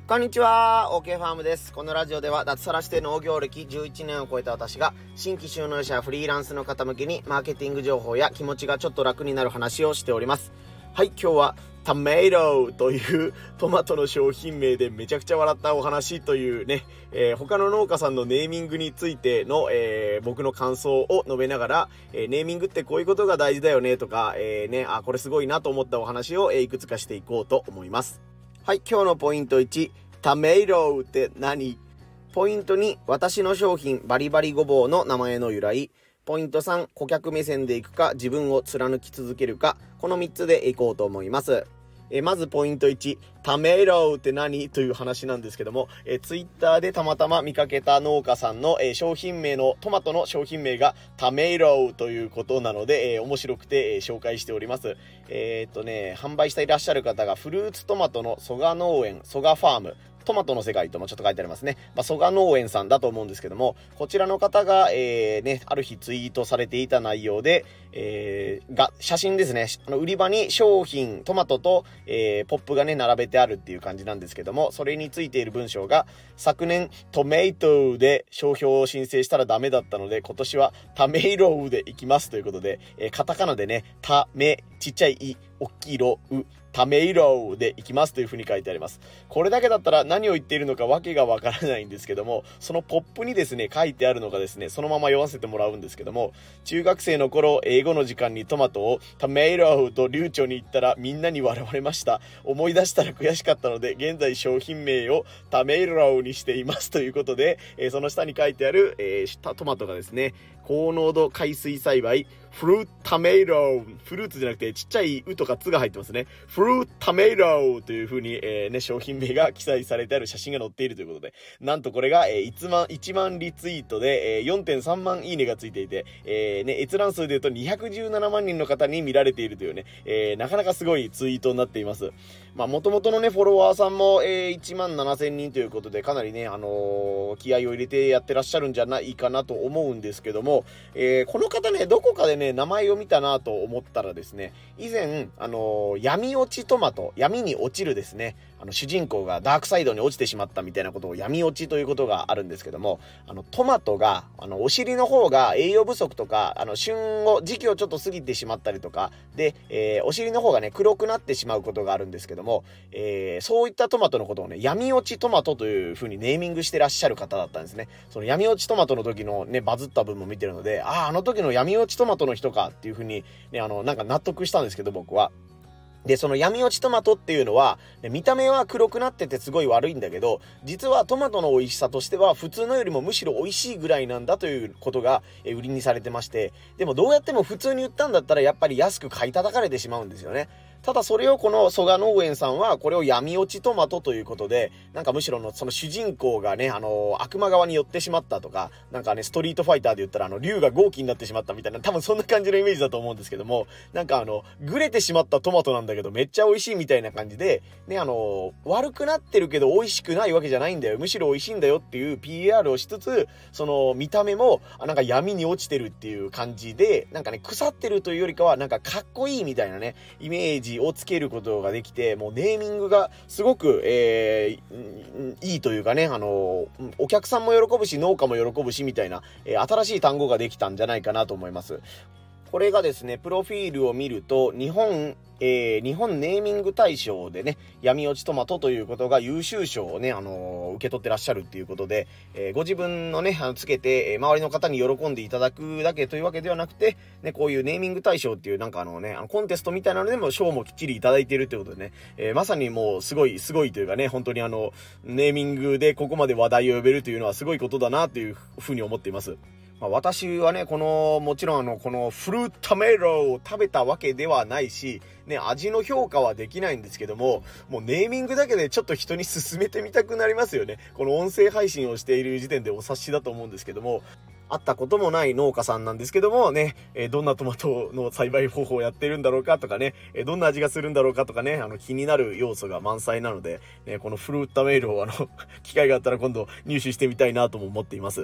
こんにちは、OK ファームです。このラジオでは脱サラして農業歴11年を超えた私が新規就農者やフリーランスの方向けにマーケティング情報や気持ちがちょっと楽になる話をしております。はい、今日はトメイトというトマトの商品名でめちゃくちゃ笑ったお話というね、他の農家さんのネーミングについての、僕の感想を述べながら、ネーミングってこういうことが大事だよねとか、これすごいなと思ったお話を、いくつかしていこうと思います。はい、今日のポイント1、トメイトって何？ポイント2、私の商品バリバリごぼうの名前の由来。ポイント3、顧客目線でいくか自分を貫き続けるか。この3つでいこうと思います。まずポイント1、トメイトって何という話なんですけども、ツイッターでたまたま見かけた農家さんの、商品名のトマトの商品名がトメイトということなので、面白くて、紹介しております。販売していらっしゃる方がフルーツトマトの蘇我農園、蘇我ファーム、トマトの世界ともちょっと書いてありますね。蘇我農園さんだと思うんですけども、こちらの方が、ある日ツイートされていた内容で、写真ですね。売り場に商品、トマトと、ポップがね、並べてあるっていう感じなんですけども、それについている文章が、昨年トメイトで商標を申請したらダメだったので、今年はタメイロウでいきますということで、カタカナでね、ちっちゃいい、おっきいろう、トメイトでいきますという風に書いてあります。これだけだったら何を言っているのかわけがわからないんですけども、そのポップにですね、書いてあるのがですね、そのまま読ませてもらうんですけども、中学生の頃、英語の時間にトマトをトメイトと流暢に言ったらみんなに笑われました。思い出したら悔しかったので、現在商品名をトメイトにしていますということで、その下に書いてある、トマトがですね、高濃度海水栽培、フルーツトメイト、フルーツじゃなくてちっちゃい「う」とか「つ」が入ってますね。フルーツトメイトという風に、商品名が記載されてある写真が載っているということで、なんとこれが、1万リツイートで、4.3 万いいねがついていて、閲覧数で言うと217万人の方に見られているというね、なかなかすごいツイートになっています。元々のね、フォロワーさんも、1万7000人ということで、かなりね、気合を入れてやってらっしゃるんじゃないかなと思うんですけども、この方ね、どこかでね、名前を見たなと思ったらですね、以前、闇落ちトマト、闇に落ちるですね、主人公がダークサイドに落ちてしまったみたいなことを闇落ちということがあるんですけども、トマトが、お尻の方が栄養不足とか、時期をちょっと過ぎてしまったりとか、で、お尻の方がね、黒くなってしまうことがあるんですけども、そういったトマトのことをね、闇落ちトマトという風にネーミングしてらっしゃる方だったんですね。その闇落ちトマトの時のね、バズった分も見てるので、あの時の闇落ちトマトの人かっていう風にね、なんか納得したんですけど、僕は。で、その闇落ちトマトっていうのは、見た目は黒くなっててすごい悪いんだけど、実はトマトの美味しさとしては普通のよりもむしろ美味しいぐらいなんだということが売りにされてまして、でもどうやっても普通に売ったんだったらやっぱり安く買い叩かれてしまうんですよね。ただそれをこの蘇我農園さんはこれを闇落ちトマトということで、なんかむしろその主人公がね、悪魔側に寄ってしまったとか、なんかね、ストリートファイターで言ったら竜が豪気になってしまったみたいな、多分そんな感じのイメージだと思うんですけども、なんかぐれてしまったトマトなんだけどめっちゃ美味しいみたいな感じで、ね、悪くなってるけど美味しくないわけじゃないんだよ。むしろ美味しいんだよっていう PR をしつつ、その見た目も、なんか闇に落ちてるっていう感じで、なんかね、腐ってるというよりかは、なんかかっこいいみたいなね、イメージをつけることができて、もうネーミングがすごく、いいというかね、お客さんも喜ぶし、農家も喜ぶしみたいな、新しい単語ができたんじゃないかなと思います。これがですね、プロフィールを見ると、日本ネーミング大賞でね、闇落ちトマトということが優秀賞をね、受け取ってらっしゃるっていうことで、ご自分のね、つけて、周りの方に喜んでいただくだけというわけではなくて、ね、こういうネーミング大賞っていうなんかコンテストみたいなのでも賞もきっちりいただいているということでね、まさにもうすごいというかね、本当にネーミングでここまで話題を呼べるというのはすごいことだなというふうに思っています。私はね、もちろんこのフルーツトメイトを食べたわけではないし、ね、味の評価はできないんですけども、もうネーミングだけでちょっと人に勧めてみたくなりますよね。この音声配信をしている時点でお察しだと思うんですけども、会ったこともない農家さんなんですけどもね、どんなトマトの栽培方法をやってるんだろうかとかね、どんな味がするんだろうかとかね、気になる要素が満載なので、ね、このフルーツトメイトを機会があったら今度入手してみたいなとも思っています。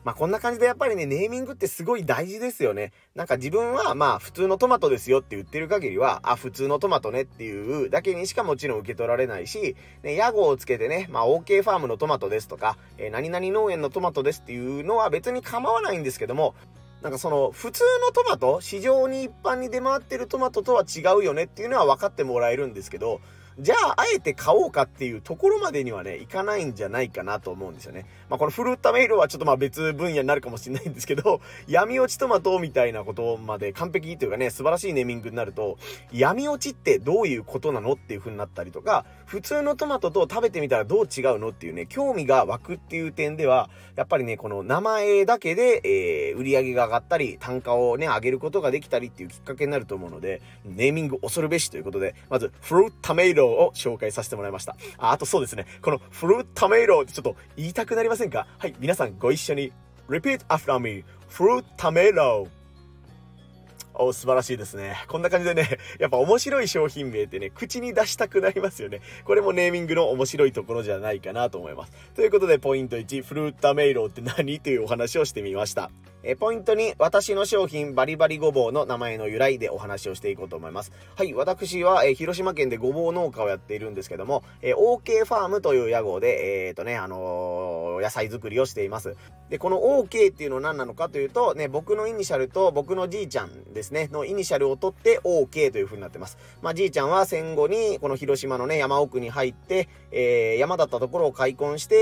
こんな感じでやっぱりね、ネーミングってすごい大事ですよね。なんか自分は普通のトマトですよって言ってる限りは、普通のトマトねっていうだけにしかもちろん受け取られないし、ね、屋号をつけてね、OK ファームのトマトですとか、何々農園のトマトですっていうのは別に構わないんですけども、なんかその普通のトマト、市場に一般に出回ってるトマトとは違うよねっていうのは分かってもらえるんですけど、じゃあ、あえて買おうかっていうところまでにはね、いかないんじゃないかなと思うんですよね。このフルータメイロはちょっと別分野になるかもしれないんですけど、闇落ちトマトみたいなことまで完璧というかね、素晴らしいネーミングになると、闇落ちってどういうことなのっていう風になったりとか、普通のトマトと食べてみたらどう違うのっていうね、興味が湧くっていう点では、やっぱりね、この名前だけで、売り上げが上がったり、単価をね、上げることができたりっていうきっかけになると思うので、ネーミング恐るべしということで、まず、フルータメイロを紹介させてもらいました。あとそうですね、このフルータメイロってちょっと言いたくなりませんか？はい、皆さんご一緒に。Repeat after me. フルータメイロ。素晴らしいですね。こんな感じでね、やっぱ面白い商品名ってね、口に出したくなりますよね。これもネーミングの面白いところじゃないかなと思います。ということで、ポイント1、フルータメイロって何というお話をしてみました。ポイント2、私の商品バリバリごぼうの名前の由来でお話をしていこうと思います。はい、私は、広島県でごぼう農家をやっているんですけども、OK ファームという屋号で、野菜作りをしています。で、この OK っていうのは何なのかというと、ね、僕のイニシャルと僕のじいちゃんですね、のイニシャルを取って OK という風になってます。じいちゃんは戦後に、この広島のね、山奥に入って、山だったところを開墾して、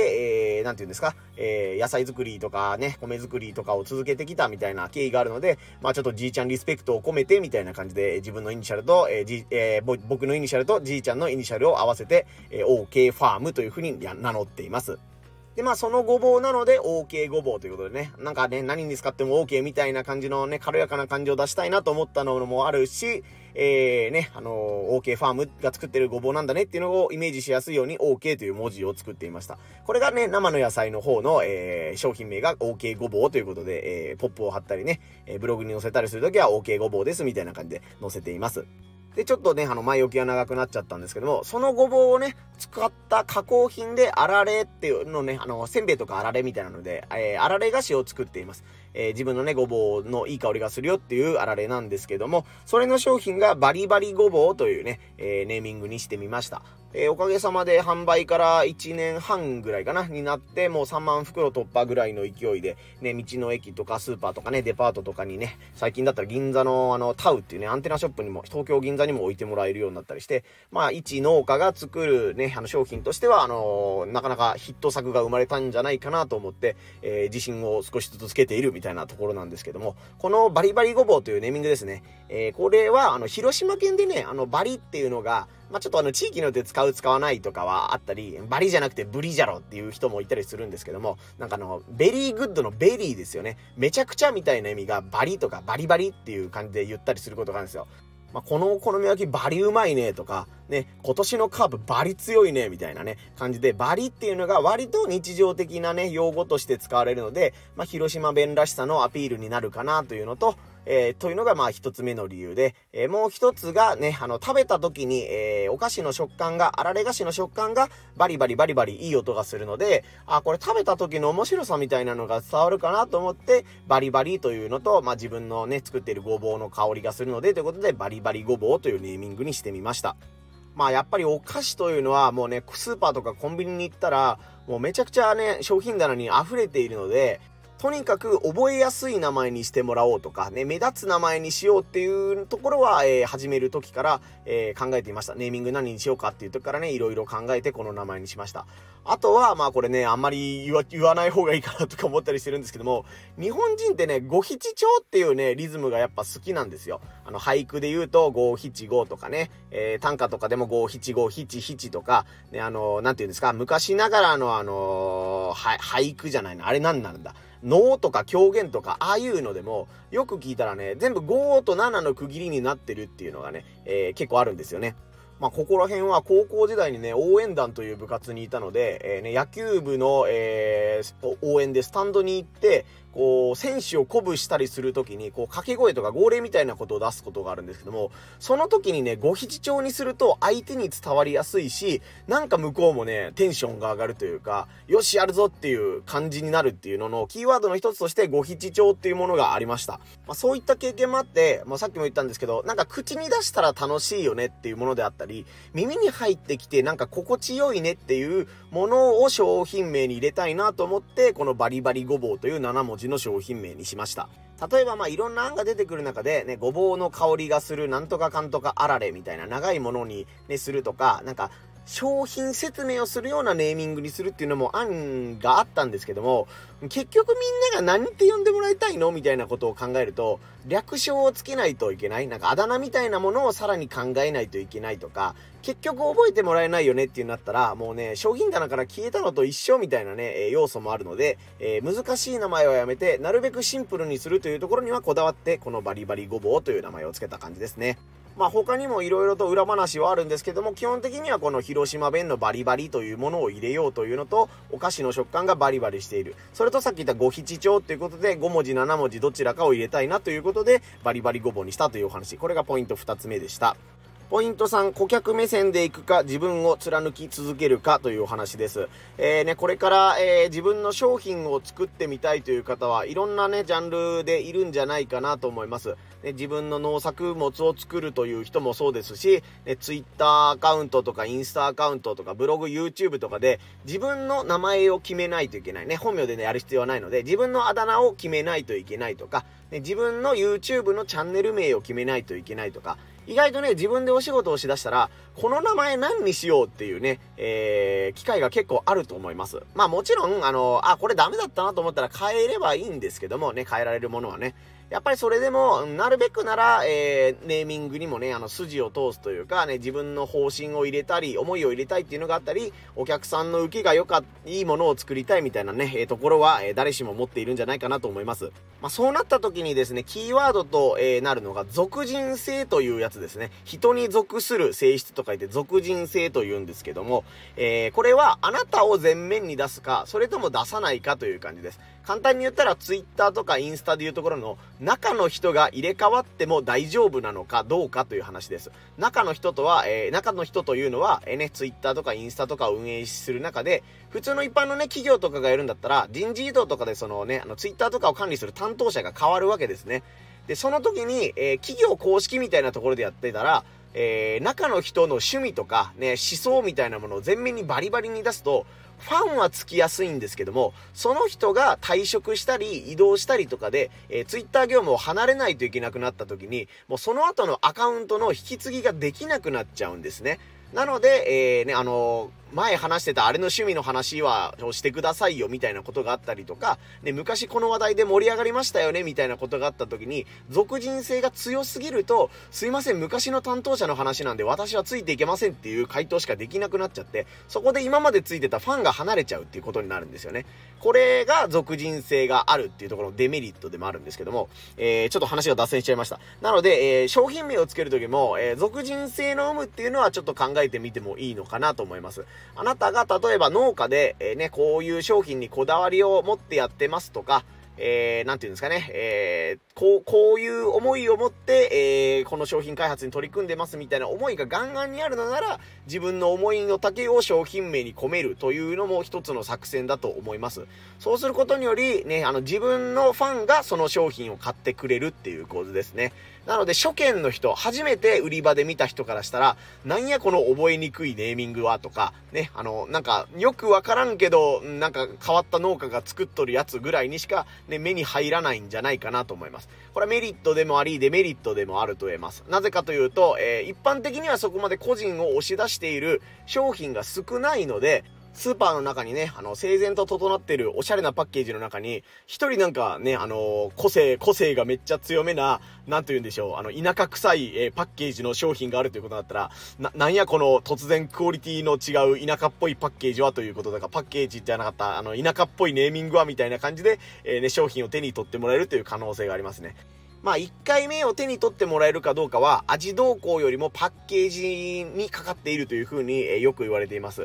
なんていうんですか、野菜作りとかね、米作りとかを続けてきたみたいな経緯があるので、ちょっとじいちゃんリスペクトを込めてみたいな感じで、自分のイニシャルと、僕のイニシャルとじいちゃんのイニシャルを合わせて、OK ファームという風に名乗っています。で、そのごぼうなので OK ごぼうということでね、なんかね、何に使っても OK みたいな感じのね、軽やかな感じを出したいなと思ったのもあるし、OK ファームが作ってるごぼうなんだねっていうのをイメージしやすいように OK という文字を作っていました。これがね、生の野菜の方の、商品名が OK ごぼうということで、ポップを貼ったりね、ブログに載せたりするときは OK ごぼうですみたいな感じで載せています。で、ちょっとね、前置きが長くなっちゃったんですけども、そのごぼうをね、使った加工品で、あられっていうのね、せんべいとかあられみたいなので、あられ菓子を作っています。自分のね、ごぼうのいい香りがするよっていうあられなんですけども、それの商品がバリバリごぼうというね、ネーミングにしてみました。おかげさまで販売から1年半ぐらいかな、になって、もう3万袋突破ぐらいの勢いで、ね、道の駅とかスーパーとかね、デパートとかにね、最近だったら銀座のタウっていうね、アンテナショップにも、東京銀座にも置いてもらえるようになったりして、一農家が作るね、商品としては、なかなかヒット作が生まれたんじゃないかなと思って、自信を少しずつつけているみたいなところなんですけども、このバリバリごぼうというネーミングですね。これは、広島県でね、バリっていうのが、ちょっと地域によって使う使わないとかはあったり、バリじゃなくてブリじゃろっていう人もいたりするんですけども、なんかベリーグッドのベリーですよね。めちゃくちゃみたいな意味がバリとかバリバリっていう感じで言ったりすることがあるんですよ。このお好み焼きバリうまいねとか、ね、今年のカープバリ強いねみたいなね、感じで、バリっていうのが割と日常的なね、用語として使われるので、広島弁らしさのアピールになるかなというのと、というのが一つ目の理由で、もう一つがね、食べた時に、お菓子の食感が、あられ菓子の食感がバリバリバリバリいい音がするので、これ食べた時の面白さみたいなのが伝わるかなと思って、バリバリというのと、自分のね、作っているごぼうの香りがするので、ということで、バリバリごぼうというネーミングにしてみました。やっぱりお菓子というのはもうね、スーパーとかコンビニに行ったら、もうめちゃくちゃね、商品棚に溢れているので、とにかく覚えやすい名前にしてもらおうとかね、目立つ名前にしようっていうところは、始める時から、考えていました。ネーミング何にしようかっていう時からね、いろいろ考えてこの名前にしました。あとは、これね、あんまり言わない方がいいかなとか思ったりしてるんですけども、日本人ってね、五七調っていうね、リズムがやっぱ好きなんですよ。俳句で言うと、五七五とかね、短歌とかでも五七五七七とか、ね、なんていうんですか、昔ながらの俳句じゃないな、あれなんなんだ。能とか狂言とか、ああいうのでも、よく聞いたらね、全部5と7の区切りになってるっていうのがね、結構あるんですよね。ここら辺は高校時代にね、応援団という部活にいたので、野球部の、応援でスタンドに行って、 こう、選手を鼓舞したりするときに、こう、掛け声とか号令みたいなことを出すことがあるんですけども、その時にね、五七調にすると相手に伝わりやすいし、なんか向こうもね、テンションが上がるというか、よし、やるぞっていう感じになるっていうのの、キーワードの一つとして五七調っていうものがありました。そういった経験もあって、さっきも言ったんですけど、なんか口に出したら楽しいよねっていうものであったり、耳に入ってきてなんか心地よいねっていうものを商品名に入れたいなと思って、このバリバリごぼうという7文字の商品名にしました。例えばいろんな案が出てくる中でね、ごぼうの香りがするなんとかかんとかあられみたいな長いものにね、するとか、なんか商品説明をするようなネーミングにするっていうのも案があったんですけども、結局みんなが何って呼んでもらいたいのみたいなことを考えると、略称をつけないといけない、なんかあだ名みたいなものをさらに考えないといけないとか、結局覚えてもらえないよねっていうなったら、もうね、商品棚から消えたのと一緒みたいなね、要素もあるので、難しい名前はやめて、なるべくシンプルにするというところにはこだわって、このバリバリごぼうという名前をつけた感じですね。他にも色々と裏話はあるんですけども、基本的にはこの広島弁のバリバリというものを入れようというのと、お菓子の食感がバリバリしている。それとさっき言った五七調ということで、5文字7文字どちらかを入れたいなということで、バリバリごぼうにしたというお話。これがポイント2つ目でした。ポイント3、顧客目線で行くか、自分を貫き続けるかというお話です。これから、自分の商品を作ってみたいという方は、いろんなね、ジャンルでいるんじゃないかなと思います。自分の農作物を作るという人もそうですし、ツイッターアカウントとかインスタアカウントとかブログ YouTube とかで自分の名前を決めないといけないね。本名でね、やる必要はないので、自分のあだ名を決めないといけないとか、自分の YouTube のチャンネル名を決めないといけないとか、意外とね、自分でお仕事をしだしたら、この名前何にしようっていうね、機会が結構あると思います。もちろん、これダメだったなと思ったら変えればいいんですけどもね、変えられるものはね。やっぱりそれでも、なるべくなら、ネーミングにもね、筋を通すというかね、自分の方針を入れたり、思いを入れたいっていうのがあったり、お客さんの受けがいいものを作りたいみたいなね、ところは、誰しも持っているんじゃないかなと思います。そうなった時にですね、キーワードと、なるのが、属人性というやつですね。人に属する性質と書いて、属人性と言うんですけども、これは、あなたを前面に出すか、それとも出さないかという感じです。簡単に言ったら、ツイッターとかインスタでいうところの、中の人が入れ替わっても大丈夫なのかどうかという話です。中の人というのは、ツイッターとかインスタとかを運営する中で、普通の一般のね、企業とかがやるんだったら、人事異動とかでツイッターとかを管理する担当者が変わるわけですね。で、その時に、企業公式みたいなところでやってたら、中の人の趣味とかね、思想みたいなものを前面にバリバリに出すと、ファンはつきやすいんですけども、その人が退職したり移動したりとかで、ツイッター業務を離れないといけなくなった時に、もうその後のアカウントの引き継ぎができなくなっちゃうんですね。なので、前話してたあれの趣味の話をしてくださいよみたいなことがあったりとか、ね、昔この話題で盛り上がりましたよねみたいなことがあった時に、属人性が強すぎると、すいません昔の担当者の話なんで私はついていけませんっていう回答しかできなくなっちゃって、そこで今までついてたファンが離れちゃうっていうことになるんですよね。これが属人性があるっていうところのデメリットでもあるんですけども、ちょっと話が脱線しちゃいました。なので、商品名をつける時も、属人性の有無っていうのはちょっと考えてみてもいいのかなと思います。あなたが例えば農家で、こういう商品にこだわりを持ってやってますとか、なんていうんですかね、こういう思いを持って、この商品開発に取り組んでますみたいな思いがガンガンにあるのなら、自分の思いの丈を商品名に込めるというのも一つの作戦だと思います。そうすることにより、ね、自分のファンがその商品を買ってくれるっていう構図ですね。なので初見の人、初めて売り場で見た人からしたら、なんやこの覚えにくいネーミングはとか、ね、なんかよくわからんけど、なんか変わった農家が作っとるやつぐらいにしか、ね、目に入らないんじゃないかなと思います。これはメリットでもあり、デメリットでもあると言えます。なぜかというと、一般的にはそこまで個人を押し出している商品が少ないので、スーパーの中にね、整然と整っているおしゃれなパッケージの中に、一人なんかね、個性がめっちゃ強めな、なんと言うんでしょう、田舎臭い、パッケージの商品があるということだったら、なんやこの突然クオリティの違う田舎っぽいパッケージはということだから、パッケージじゃなかった、田舎っぽいネーミングはみたいな感じで、商品を手に取ってもらえるという可能性がありますね。1回目を手に取ってもらえるかどうかは、味動向よりもパッケージにかかっているというふうに、よく言われています。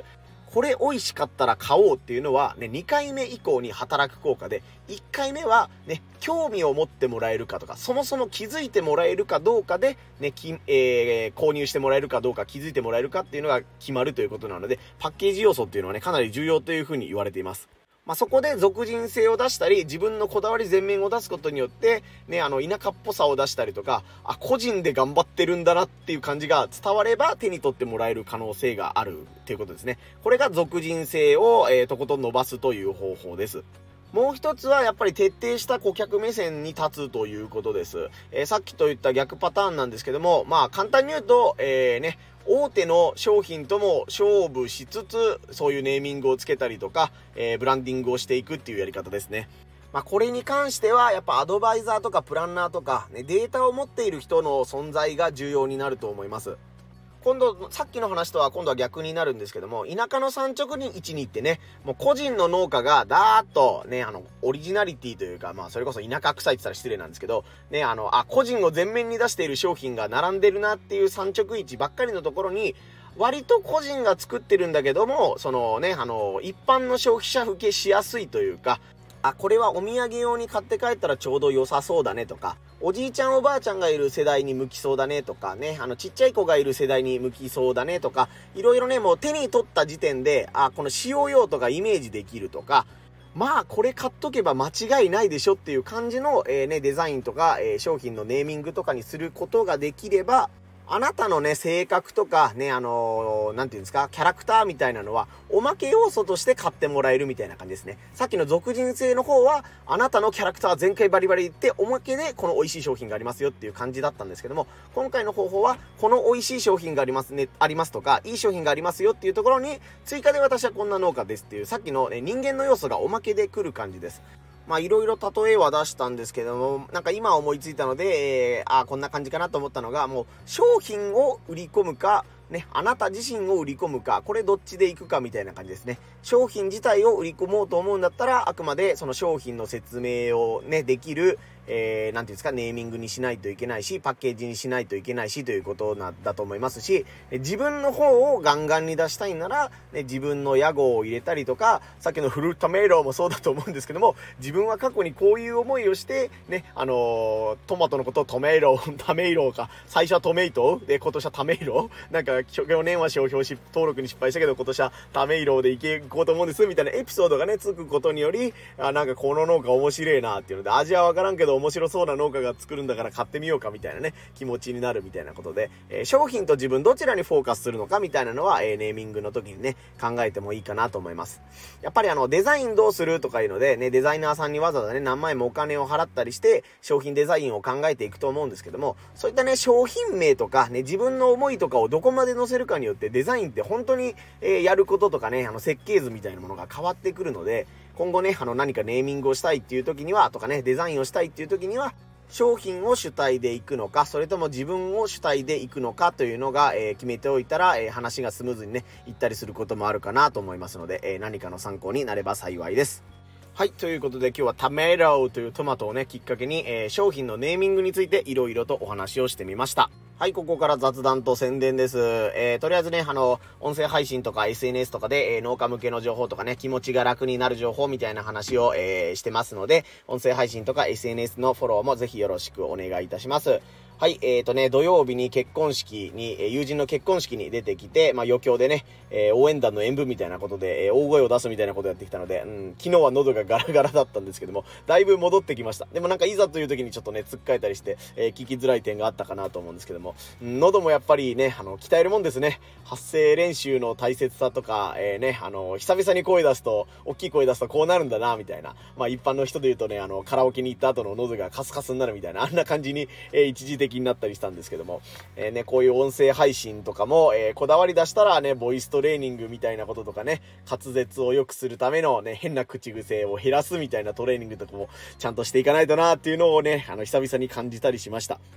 これ美味しかったら買おうっていうのはね、2回目以降に働く効果で、1回目はね、興味を持ってもらえるかとか、そもそも気づいてもらえるかどうかで、ね、購入してもらえるかどうか、気づいてもらえるかっていうのが決まるということなので、パッケージ要素っていうのはね、かなり重要というふうに言われています。そこで属人性を出したり、自分のこだわり全面を出すことによって、ね、田舎っぽさを出したりとか、個人で頑張ってるんだなっていう感じが伝われば手に取ってもらえる可能性があるっていうことですね。これが属人性を、とことん伸ばすという方法です。もう一つはやっぱり徹底した顧客目線に立つということです。さっきと言った逆パターンなんですけども、簡単に言うと、大手の商品とも勝負しつつ、そういうネーミングをつけたりとか、ブランディングをしていくっていうやり方ですね。これに関しては、やっぱアドバイザーとかプランナーとか、ね、データを持っている人の存在が重要になると思います。今度、さっきの話とは今度は逆になるんですけども、田舎の産直に位置に行ってね、もう個人の農家がダーッとね、オリジナリティというか、それこそ田舎臭いって言ったら失礼なんですけど、ね、個人を前面に出している商品が並んでるなっていう産直市ばっかりのところに、割と個人が作ってるんだけども、そのね、一般の消費者受けしやすいというか、これはお土産用に買って帰ったらちょうど良さそうだねとか、おじいちゃんおばあちゃんがいる世代に向きそうだねとかね、ちっちゃい子がいる世代に向きそうだねとか、いろいろね、もう手に取った時点で、この使用用途がイメージできるとか、これ買っとけば間違いないでしょっていう感じの、デザインとか、商品のネーミングとかにすることができれば、あなたのね、性格とか、ね、なんていうんですか、キャラクターみたいなのは、おまけ要素として買ってもらえるみたいな感じですね。さっきの属人性の方は、あなたのキャラクター全開バリバリ言って、おまけでこの美味しい商品がありますよっていう感じだったんですけども、今回の方法は、この美味しい商品がありますね、ありますとか、いい商品がありますよっていうところに、追加で私はこんな農家ですっていう、さっきの、ね、人間の要素がおまけで来る感じです。いろいろ例えは出したんですけども、なんか今思いついたので、こんな感じかなと思ったのが、もう商品を売り込むか、ね、あなた自身を売り込むか、これどっちで行くかみたいな感じですね。商品自体を売り込もうと思うんだったら、あくまでその商品の説明をね、できる、なんていうんですか、ネーミングにしないといけないし、パッケージにしないといけないし、ということだと思いますし、自分の方をガンガンに出したいなら、ね、自分の屋号を入れたりとか、さっきのフルタメイロもそうだと思うんですけども、自分は過去にこういう思いをして、ね、トマトのことをトメイロ、タメイロか、最初はトメイトで、今年はタメイロなんか、去年は商標登録に失敗したけど、今年はタメイロでいこうと思うんです、みたいなエピソードがね、つくことにより、なんかこの農家面白いなっていうので、味はわからんけど面白そうな農家が作るんだから買ってみようかみたいなね、気持ちになるみたいなことで、商品と自分どちらにフォーカスするのかみたいなのは、ネーミングの時にね、考えてもいいかなと思います。やっぱりデザインどうするとかいうので、ね、デザイナーさんにわざわざね、何万円もお金を払ったりして、商品デザインを考えていくと思うんですけども、そういったね、商品名とか、ね、自分の思いとかをどこまで載せるかによって、デザインって本当に、やることとかね、設計図みたいなものが変わってくるので、今後ね、何かネーミングをしたいっていう時には、とかね、デザインをしたいっていう時には、商品を主体で行くのか、それとも自分を主体で行くのかというのが、決めておいたら、話がスムーズにね、行ったりすることもあるかなと思いますので、何かの参考になれば幸いです。はい、ということで今日はタメイロというトマトをね、きっかけに、商品のネーミングについていろいろとお話をしてみました。はい、ここから雑談と宣伝です。とりあえずね、音声配信とか SNS とかで、農家向けの情報とかね、気持ちが楽になる情報みたいな話を、してますので、音声配信とか SNS のフォローもぜひよろしくお願いいたします。はい、土曜日に結婚式に、友人の結婚式に出てきて、余興でね、応援団の演舞みたいなことで、大声を出すみたいなことやってきたので、昨日は喉がガラガラだったんですけども、だいぶ戻ってきました。でもなんかいざという時にちょっとね、つっかえたりして、聞きづらい点があったかなと思うんですけども、喉もやっぱりね、鍛えるもんですね。発声練習の大切さとか、久々に声出すと、大きい声出すとこうなるんだな、みたいな。一般の人で言うとね、カラオケに行った後の喉がカスカスになるみたいな、あんな感じに、一時的になったりしたんですけども、ね、こういう音声配信とかも、こだわり出したらね、ボイストレーニングみたいなこととかね、滑舌を良くするためのね、変な口癖を減らすみたいなトレーニングとかもちゃんとしていかないとなっていうのをね、久々に感じたりしました。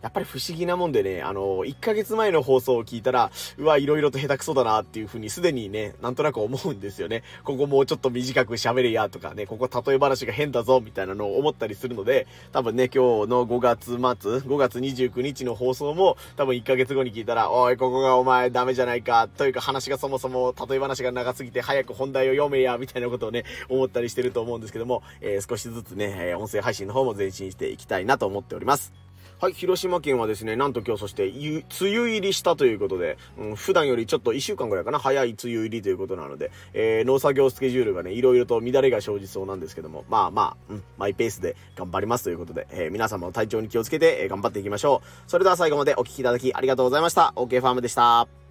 やっぱり不思議なもんでね、1ヶ月前の放送を聞いたら、うわ、いろいろと下手くそだなっていう風にすでにね、なんとなく思うんですよね。ここもうちょっと短く喋れやとかね、ここ例え話が変だぞみたいなのを思ったりするので、多分ね、今日の5月末、5月29日の放送も多分1ヶ月後に聞いたら、おい、ここがお前ダメじゃないか、というか話がそもそも例え話が長すぎて早く本題を読めや、みたいなことをね、思ったりしてると思うんですけども、少しずつね、音声配信の方も前進していきたいなと思っております。はい、広島県はですね、なんと今日そして梅雨入りしたということで、普段よりちょっと1週間ぐらいかな、早い梅雨入りということなので、農作業スケジュールがね、いろいろと乱れが生じそうなんですけども、マイペースで頑張りますということで、皆様の体調に気をつけて、頑張っていきましょう。それでは最後までお聞きいただきありがとうございました。OK ファームでした。